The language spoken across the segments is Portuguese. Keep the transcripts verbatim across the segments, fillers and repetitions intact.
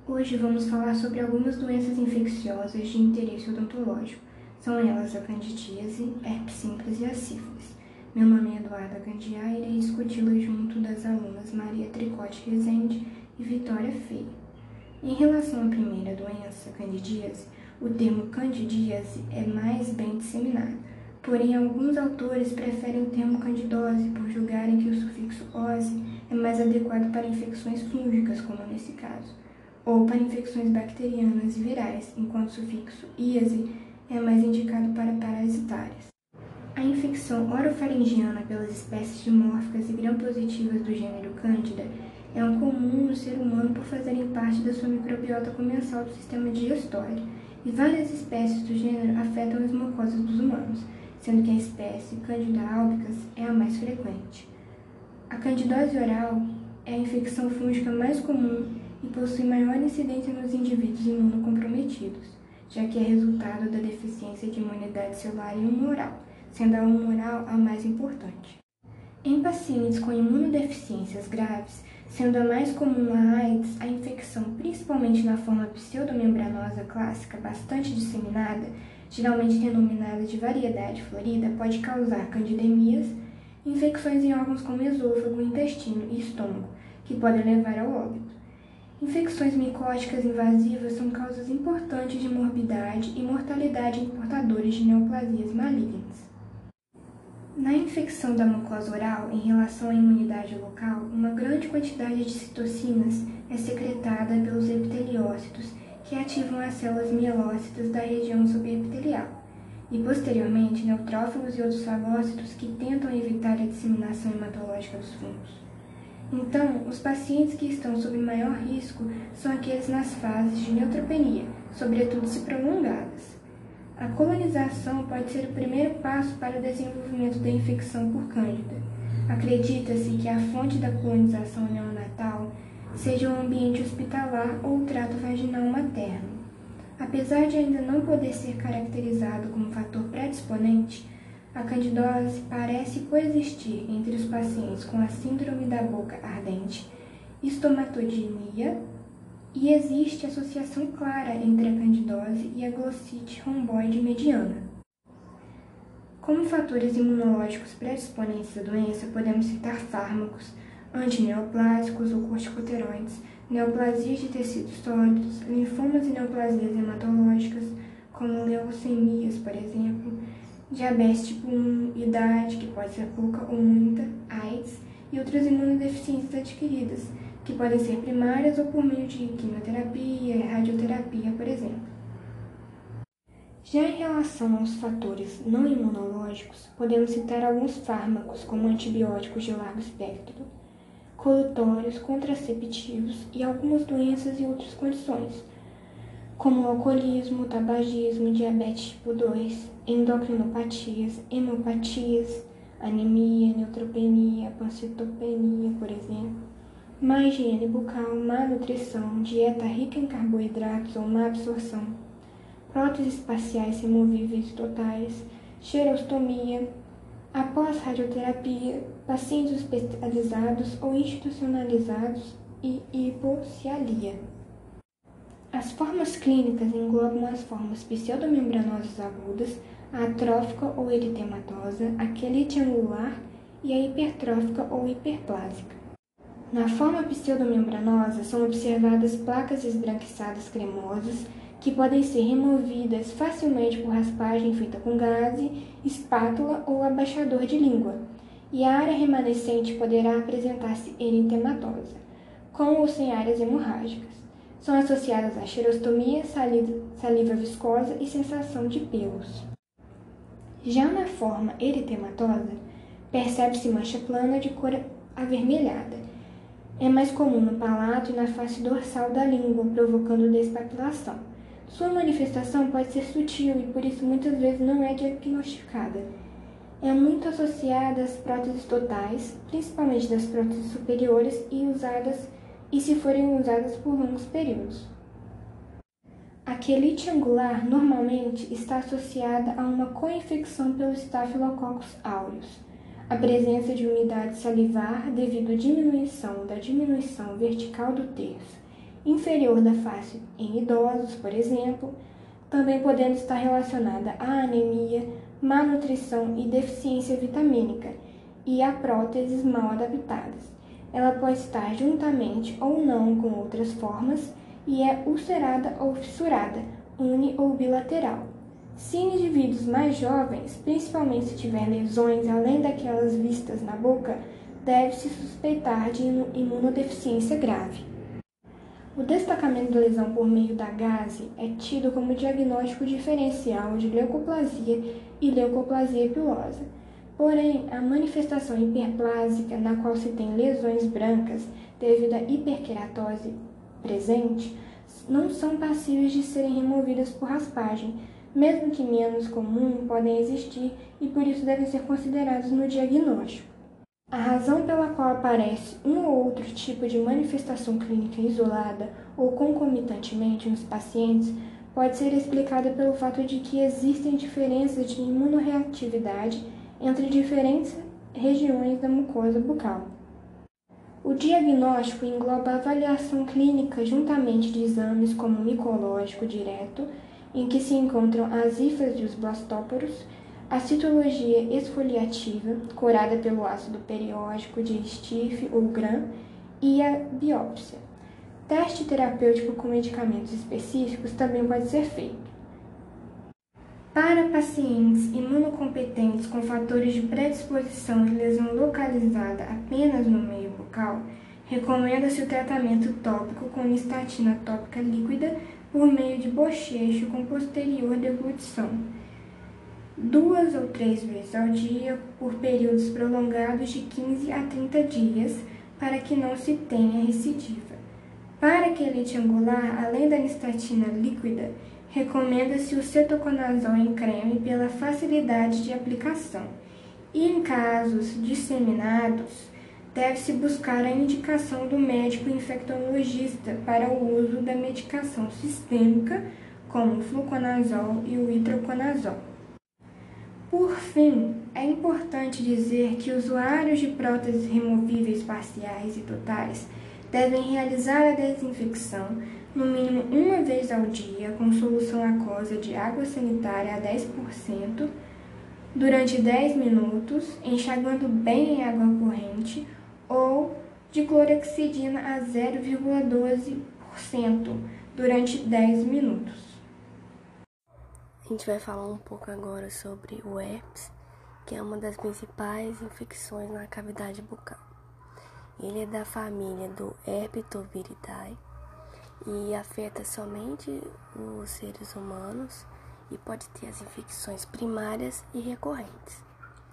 Hoje vamos falar sobre algumas doenças infecciosas de interesse odontológico. São elas a candidíase, herpes simples e a sífilis. Meu nome é Eduarda Candiá e irei discuti-la junto das alunas Maria Tricote Rezende e Vitória Feio. Em relação à primeira doença, candidíase, o termo candidíase é mais bem disseminado, porém alguns autores preferem o termo candidose por julgarem que o sufixo -ose é mais adequado para infecções fúngicas, como nesse caso, ou para infecções bacterianas e virais, enquanto o sufixo -íase é mais indicado para parasitárias. A infecção orofaringiana pelas espécies dimórficas e gram-positivas do gênero Candida é um comum no ser humano por fazerem parte da sua microbiota comensal do sistema digestório, e várias espécies do gênero afetam as mucosas dos humanos, sendo que a espécie Candida albicans é a mais frequente. A candidose oral é a infecção fúngica mais comum e possui maior incidência nos indivíduos imunocomprometidos, já que é resultado da deficiência de imunidade celular humoral, sendo a humoral a mais importante. Em pacientes com imunodeficiências graves, sendo a mais comum a AIDS, a infecção, principalmente na forma pseudomembranosa clássica bastante disseminada, geralmente denominada de variedade florida, pode causar candidemias, infecções em órgãos como esôfago, intestino e estômago, que podem levar ao óbito. Infecções micóticas invasivas são causas importantes de morbidade e mortalidade em portadores de neoplasias malignas. Na infecção da mucosa oral, em relação à imunidade local, uma grande quantidade de citocinas é secretada pelos epiteliócitos, que ativam as células mielócitas da região subepitelial, e posteriormente neutrófilos e outros fagócitos que tentam evitar a disseminação hematológica dos fungos. Então, os pacientes que estão sob maior risco são aqueles nas fases de neutropenia, sobretudo se prolongadas. A colonização pode ser o primeiro passo para o desenvolvimento da infecção por Cândida. Acredita-se que a fonte da colonização neonatal seja o ambiente hospitalar ou o trato vaginal materno. Apesar de ainda não poder ser caracterizado como fator predisponente, a candidose parece coexistir entre os pacientes com a síndrome da boca ardente, estomatogenia, e existe associação clara entre a candidose e a glossite romboide mediana. Como fatores imunológicos predisponentes à doença, podemos citar fármacos, antineoplásicos ou corticosteroides, neoplasias de tecidos sólidos, linfomas e neoplasias hematológicas, como leucemias, por exemplo, diabetes tipo um, idade, que pode ser pouca ou muita, AIDS, e outras imunodeficiências adquiridas, que podem ser primárias ou por meio de quimioterapia e radioterapia, por exemplo. Já em relação aos fatores não imunológicos, podemos citar alguns fármacos, como antibióticos de largo espectro, colutórios, contraceptivos e algumas doenças e outras condições, como alcoolismo, tabagismo, diabetes tipo dois, endocrinopatias, hemopatias, anemia, neutropenia, pancitopenia, por exemplo, má higiene bucal, má nutrição, dieta rica em carboidratos ou má absorção, próteses faciais removíveis totais, xerostomia, após radioterapia, pacientes hospitalizados ou institucionalizados e hipocialia. As formas clínicas englobam as formas pseudomembranosas agudas, a atrófica ou eritematosa, a quelite angular e a hipertrófica ou hiperplásica. Na forma pseudomembranosa são observadas placas esbranquiçadas cremosas que podem ser removidas facilmente por raspagem feita com gaze, espátula ou abaixador de língua, e a área remanescente poderá apresentar-se eritematosa, com ou sem áreas hemorrágicas. São associadas a xerostomia, saliva viscosa e sensação de pelos. Já na forma eritematosa, percebe-se mancha plana de cor avermelhada. É mais comum no palato e na face dorsal da língua, provocando despapilação. Sua manifestação pode ser sutil e por isso muitas vezes não é diagnosticada. É muito associada às próteses totais, principalmente das próteses superiores, e usadas e se forem usadas por longos períodos. A quelite angular normalmente está associada a uma co-infecção pelo Staphylococcus aureus, a presença de umidade salivar devido à diminuição da diminuição vertical do terço, inferior da face em idosos, por exemplo, também podendo estar relacionada à anemia, má nutrição e deficiência vitamínica, e a próteses mal adaptadas. Ela pode estar juntamente ou não com outras formas e é ulcerada ou fissurada, uni ou bilateral. Se em indivíduos mais jovens, principalmente se tiver lesões além daquelas vistas na boca, deve-se suspeitar de imunodeficiência grave. O destacamento da lesão por meio da gase é tido como diagnóstico diferencial de leucoplasia e leucoplasia pilosa. Porém, a manifestação hiperplásica, na qual se tem lesões brancas devido à hiperqueratose presente, não são passíveis de serem removidas por raspagem, mesmo que menos comum, podem existir e por isso devem ser considerados no diagnóstico. A razão pela qual aparece um ou outro tipo de manifestação clínica isolada ou concomitantemente nos pacientes pode ser explicada pelo fato de que existem diferenças de imunorreatividade entre diferentes regiões da mucosa bucal. O diagnóstico engloba a avaliação clínica juntamente de exames como o micológico direto, em que se encontram as hifas e os blastóporos, a citologia esfoliativa, curada pelo ácido periódico de Stieff ou Gram, e a biópsia. Teste terapêutico com medicamentos específicos também pode ser feito. Para pacientes imunocompetentes com fatores de predisposição e lesão localizada apenas no meio bucal, recomenda-se o tratamento tópico com nistatina tópica líquida por meio de bochecho com posterior deglutição, duas ou três vezes ao dia por períodos prolongados de quinze a trinta dias, para que não se tenha recidiva. Para quelite angular, além da nistatina líquida, recomenda-se o cetoconazol em creme pela facilidade de aplicação. E em casos disseminados, deve-se buscar a indicação do médico infectologista para o uso da medicação sistêmica, como o fluconazol e o itraconazol. Por fim, é importante dizer que usuários de próteses removíveis parciais e totais devem realizar a desinfecção no mínimo uma vez ao dia com solução aquosa de água sanitária a dez por cento durante dez minutos, enxaguando bem em água corrente, ou de clorexidina a zero vírgula doze por cento durante dez minutos. A gente vai falar um pouco agora sobre o herpes, que é uma das principais infecções na cavidade bucal. Ele é da família do Herpetobiridae e afeta somente os seres humanos e pode ter as infecções primárias e recorrentes.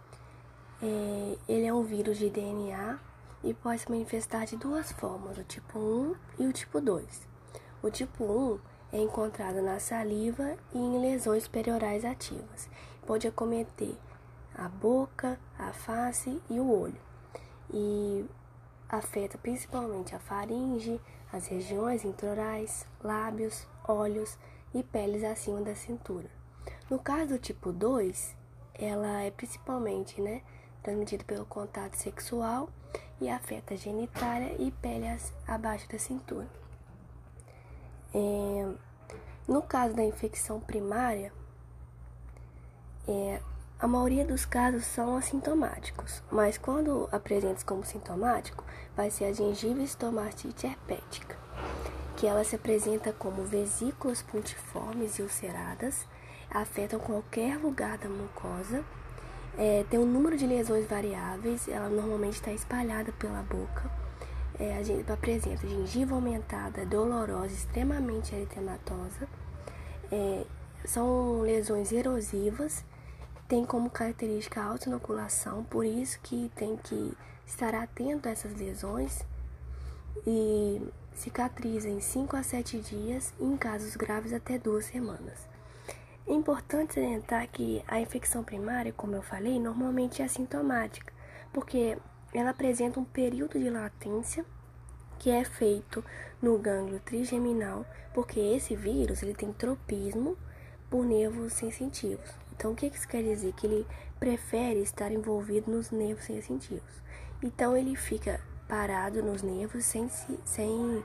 É, ele é um vírus de D N A e pode se manifestar de duas formas, o tipo um e o tipo dois. O tipo um é encontrado na saliva e em lesões periorais ativas. Pode acometer a boca, a face e o olho. E afeta principalmente a faringe, as regiões intraorais, lábios, olhos e peles acima da cintura. No caso do tipo dois, ela é principalmente né, transmitida pelo contato sexual e afeta a genitália e pele abaixo da cintura. É, no caso da infecção primária, é, a maioria dos casos são assintomáticos, mas quando apresentados como sintomático, vai ser a gengívea estomatite herpética, que ela se apresenta como vesículas pontiformes e ulceradas, afetam qualquer lugar da mucosa, é, tem um número de lesões variáveis, ela normalmente está espalhada pela boca, é, a gente apresenta gengiva aumentada, dolorosa, extremamente eritematosa, é, são lesões erosivas, tem como característica a autoinoculação, por isso que tem que estar atento a essas lesões e cicatriza em cinco a sete dias e em casos graves até duas semanas. É importante salientar que a infecção primária, como eu falei, normalmente é assintomática, porque ela apresenta um período de latência que é feito no gânglio trigeminal, porque esse vírus ele tem tropismo por nervos sensitivos. Então, o que isso quer dizer? Que ele prefere estar envolvido nos nervos sensitivos. Então, ele fica parado nos nervos sem, sem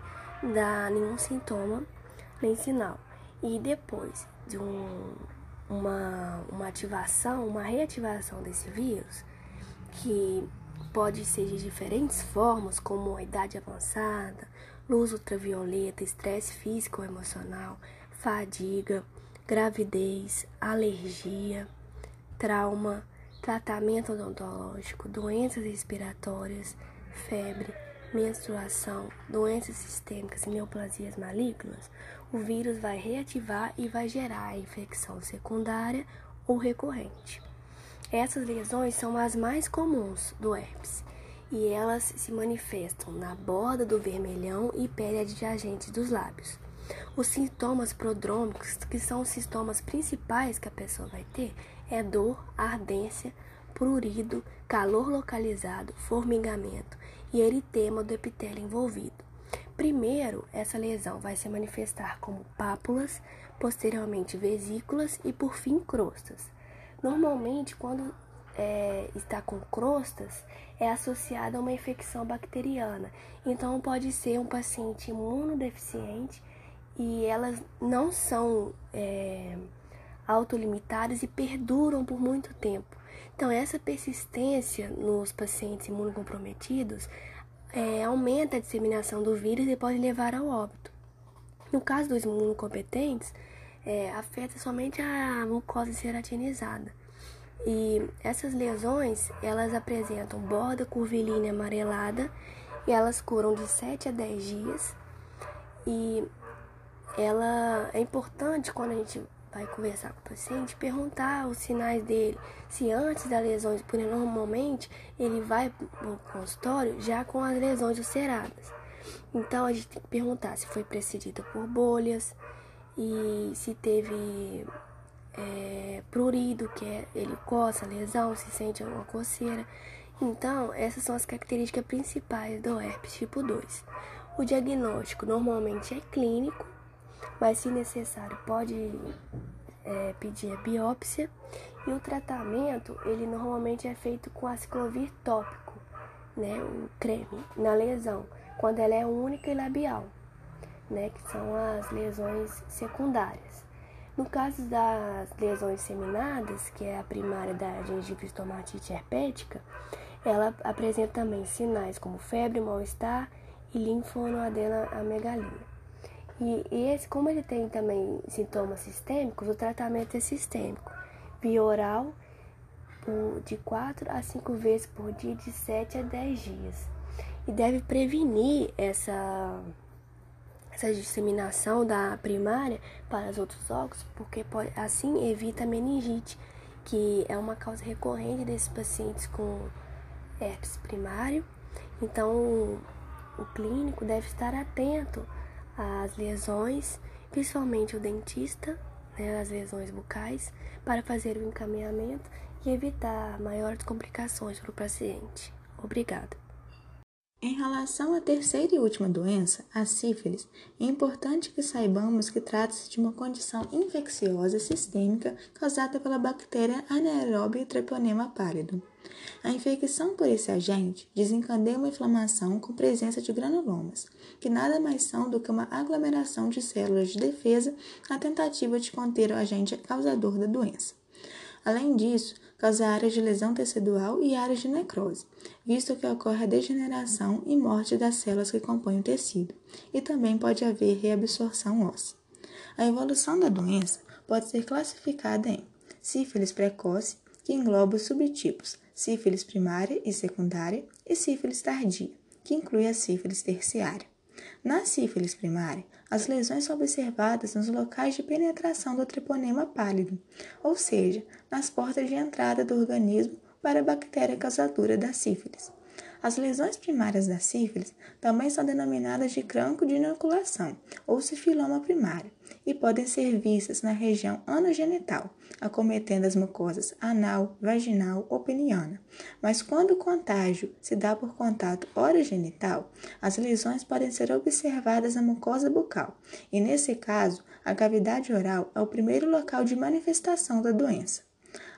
dá nenhum sintoma nem sinal. E depois de um, uma, uma ativação, uma reativação desse vírus, que pode ser de diferentes formas, como a idade avançada, luz ultravioleta, estresse físico ou emocional, fadiga, gravidez, alergia, trauma, tratamento odontológico, doenças respiratórias, febre, menstruação, doenças sistêmicas e neoplasias malignas, o vírus vai reativar e vai gerar a infecção secundária ou recorrente. Essas lesões são as mais comuns do herpes e elas se manifestam na borda do vermelhão e pele adjacente dos lábios. Os sintomas prodrômicos, que são os sintomas principais que a pessoa vai ter, é dor, ardência, prurido, calor localizado, formigamento e eritema do epitélio envolvido. Primeiro, essa lesão vai se manifestar como pápulas, posteriormente vesículas e, por fim, crostas. Normalmente, quando é, está com crostas, é associada a uma infecção bacteriana. Então, pode ser um paciente imunodeficiente e elas não são é, autolimitadas e perduram por muito tempo. Então, essa persistência nos pacientes imunocomprometidos é, aumenta a disseminação do vírus e pode levar ao óbito. No caso dos imunocompetentes, é, afeta somente a mucosa ceratinizada. E essas lesões, elas apresentam borda curvilínea amarelada e elas curam de sete a dez dias. E ela é importante quando a gente vai conversar com o paciente, perguntar os sinais dele, se antes das lesões, porque normalmente ele vai para o consultório já com as lesões ulceradas. Então a gente tem que perguntar se foi precedida por bolhas e se teve é, prurido, que é ele coça a lesão, se sente alguma coceira. Então essas são as características principais do herpes tipo dois. O diagnóstico normalmente é clínico, mas se necessário pode é, pedir a biópsia, e o tratamento ele normalmente é feito com aciclovir tópico, né, um creme na lesão, quando ela é única e labial, né, que são as lesões secundárias. No caso das lesões disseminadas, que é a primária da gengiva-estomatite herpética, ela apresenta também sinais como febre, mal-estar e linfonoadenomegalia. E, e esse, como ele tem também sintomas sistêmicos, o tratamento é sistêmico, via oral, por, de quatro a cinco vezes por dia, de sete a dez dias. E deve prevenir essa, essa disseminação da primária para os outros órgãos, porque pode, assim evita a meningite, que é uma causa recorrente desses pacientes com herpes primário. Então, o, o clínico deve estar atento às lesões, principalmente o dentista, né, as lesões bucais, para fazer o encaminhamento e evitar maiores complicações para o paciente. Obrigada. Em relação à terceira e última doença, a sífilis, é importante que saibamos que trata-se de uma condição infecciosa sistêmica causada pela bactéria anaeróbio Treponema pallidum. A infecção por esse agente desencadeia uma inflamação com presença de granulomas, que nada mais são do que uma aglomeração de células de defesa na tentativa de conter o agente causador da doença. Além disso, causa áreas de lesão tecidual e áreas de necrose, visto que ocorre a degeneração e morte das células que compõem o tecido, e também pode haver reabsorção óssea. A evolução da doença pode ser classificada em sífilis precoce, que engloba os subtipos sífilis primária e secundária, e sífilis tardia, que inclui a sífilis terciária. Na sífilis primária, as lesões são observadas nos locais de penetração do treponema pallidum, ou seja, nas portas de entrada do organismo para a bactéria causadora da sífilis. As lesões primárias da sífilis também são denominadas de cranco de inoculação, ou sifiloma primário, e podem ser vistas na região anogenital, acometendo as mucosas anal, vaginal ou peniana. Mas quando o contágio se dá por contato orogenital, as lesões podem ser observadas na mucosa bucal, e nesse caso, a cavidade oral é o primeiro local de manifestação da doença.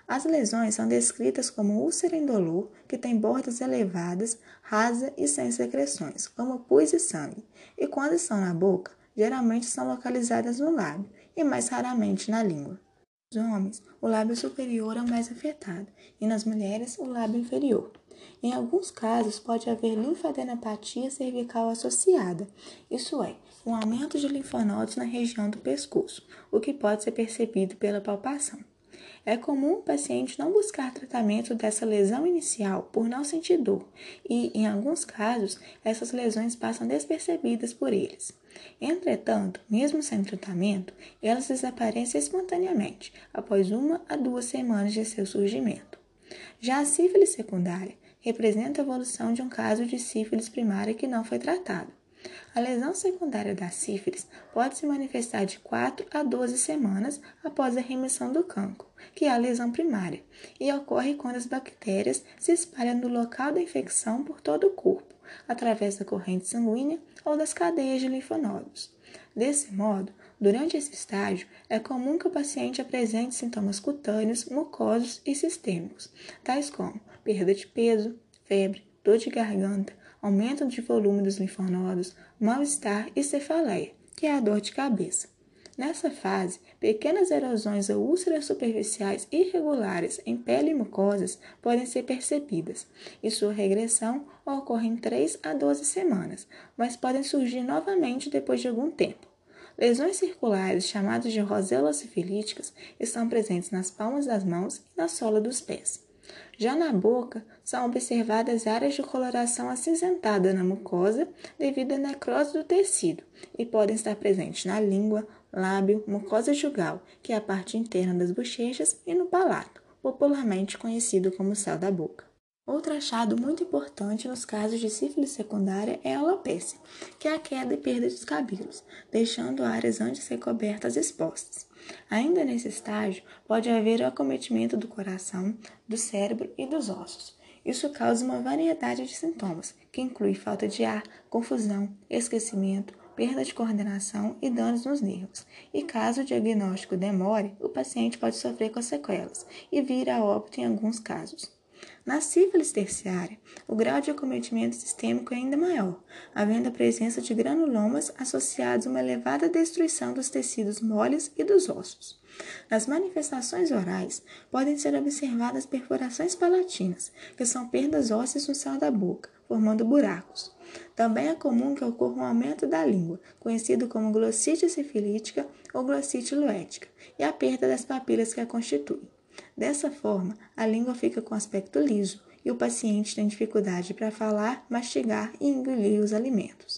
As lesões são descritas como úlcera indolor, que tem bordas elevadas, rasa e sem secreções, como pus e sangue, e quando estão na boca, geralmente são localizadas no lábio e mais raramente na língua. Nos homens, o lábio superior é o mais afetado e nas mulheres, o lábio inferior. Em alguns casos, pode haver linfadenopatia cervical associada, isso é, um aumento de linfonodos na região do pescoço, o que pode ser percebido pela palpação. É comum o paciente não buscar tratamento dessa lesão inicial por não sentir dor e, em alguns casos, essas lesões passam despercebidas por eles. Entretanto, mesmo sem tratamento, elas desaparecem espontaneamente após uma a duas semanas de seu surgimento. Já a sífilis secundária representa a evolução de um caso de sífilis primária que não foi tratado. A lesão secundária da sífilis pode se manifestar de quatro a doze semanas após a remissão do cancro, que é a lesão primária, e ocorre quando as bactérias se espalham do local da infecção por todo o corpo, através da corrente sanguínea ou das cadeias de linfonodos. Desse modo, durante esse estágio, é comum que o paciente apresente sintomas cutâneos, mucosos e sistêmicos, tais como perda de peso, febre, dor de garganta, aumento de volume dos linfonodos, mal-estar e cefaleia, que é a dor de cabeça. Nessa fase, pequenas erosões ou úlceras superficiais irregulares em pele e mucosas podem ser percebidas, e sua regressão ocorre em três a doze semanas, mas podem surgir novamente depois de algum tempo. Lesões circulares, chamadas de roséolas sifilíticas, estão presentes nas palmas das mãos e na sola dos pés. Já na boca, são observadas áreas de coloração acinzentada na mucosa devido à necrose do tecido e podem estar presentes na língua, lábio, mucosa jugal, que é a parte interna das bochechas, e no palato, popularmente conhecido como céu da boca. Outro achado muito importante nos casos de sífilis secundária é a alopécia, que é a queda e perda dos cabelos, deixando áreas antes recobertas expostas. Ainda nesse estágio, pode haver o acometimento do coração, do cérebro e dos ossos. Isso causa uma variedade de sintomas, que inclui falta de ar, confusão, esquecimento, perda de coordenação e danos nos nervos. E caso o diagnóstico demore, o paciente pode sofrer com sequelas e vir a óbito em alguns casos. Na sífilis terciária, o grau de acometimento sistêmico é ainda maior, havendo a presença de granulomas associados a uma elevada destruição dos tecidos moles e dos ossos. Nas manifestações orais, podem ser observadas perfurações palatinas, que são perdas ósseas no céu da boca, formando buracos. Também é comum que ocorra um aumento da língua, conhecido como glossite sifilítica ou glossite luética, e a perda das papilas que a constituem. Dessa forma, a língua fica com aspecto liso e o paciente tem dificuldade para falar, mastigar e engolir os alimentos.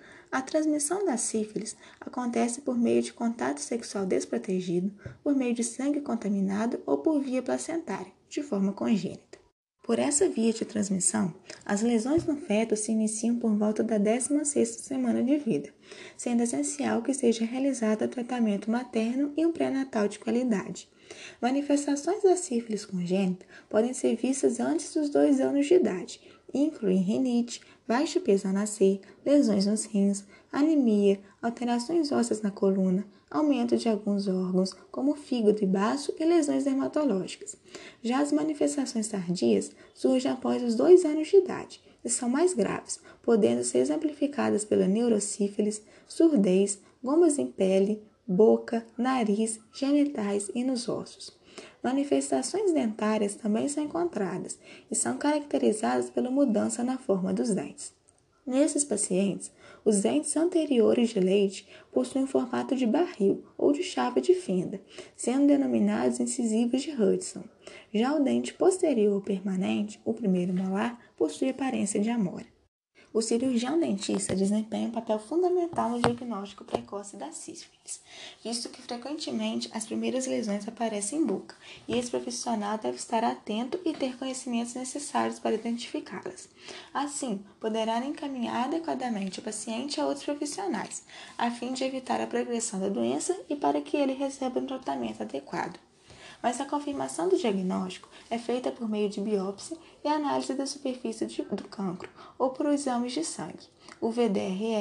A transmissão da sífilis acontece por meio de contato sexual desprotegido, por meio de sangue contaminado ou por via placentária, de forma congênita. Por essa via de transmissão, as lesões no feto se iniciam por volta da décima sexta semana de vida, sendo essencial que seja realizado o tratamento materno e um pré-natal de qualidade. Manifestações da sífilis congênita podem ser vistas antes dos dois anos de idade e incluem rinite, baixo peso ao nascer, lesões nos rins, anemia, alterações ósseas na coluna, aumento de alguns órgãos, como o fígado e baço, e lesões dermatológicas. Já as manifestações tardias surgem após os dois anos de idade e são mais graves, podendo ser exemplificadas pela neurosífilis, surdez, gomas em pele, boca, nariz, genitais e nos ossos. Manifestações dentárias também são encontradas e são caracterizadas pela mudança na forma dos dentes. Nesses pacientes, os dentes anteriores de leite possuem formato de barril ou de chave de fenda, sendo denominados incisivos de Hudson. Já o dente posterior permanente, o primeiro molar, possui aparência de amora. O cirurgião dentista desempenha um papel fundamental no diagnóstico precoce da sífilis, visto que frequentemente as primeiras lesões aparecem em boca, e esse profissional deve estar atento e ter conhecimentos necessários para identificá-las. Assim, poderá encaminhar adequadamente o paciente a outros profissionais, a fim de evitar a progressão da doença e para que ele receba um tratamento adequado. Mas a confirmação do diagnóstico é feita por meio de biópsia e análise da superfície de, do cancro ou por exames de sangue, o V D R L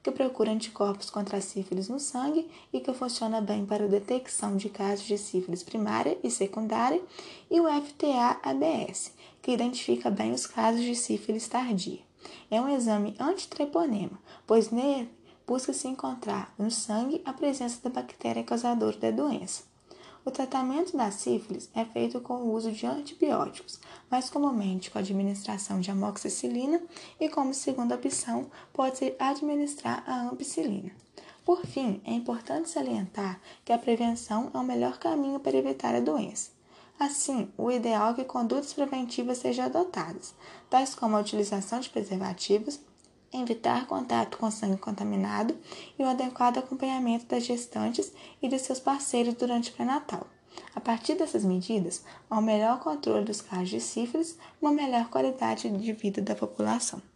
que procura anticorpos contra a sífilis no sangue e que funciona bem para a detecção de casos de sífilis primária e secundária, e o F T A A B S, que identifica bem os casos de sífilis tardia. É um exame antitreponema, pois nele busca-se encontrar no sangue a presença da bactéria causadora da doença. O tratamento da sífilis é feito com o uso de antibióticos, mais comumente com a administração de amoxicilina, e como segunda opção pode-se administrar a ampicilina. Por fim, é importante salientar que a prevenção é o melhor caminho para evitar a doença. Assim, o ideal é que condutas preventivas sejam adotadas, tais como a utilização de preservativos, evitar contato com sangue contaminado e o adequado acompanhamento das gestantes e de seus parceiros durante o pré-natal. A partir dessas medidas, há um melhor controle dos casos de sífilis e uma melhor qualidade de vida da população.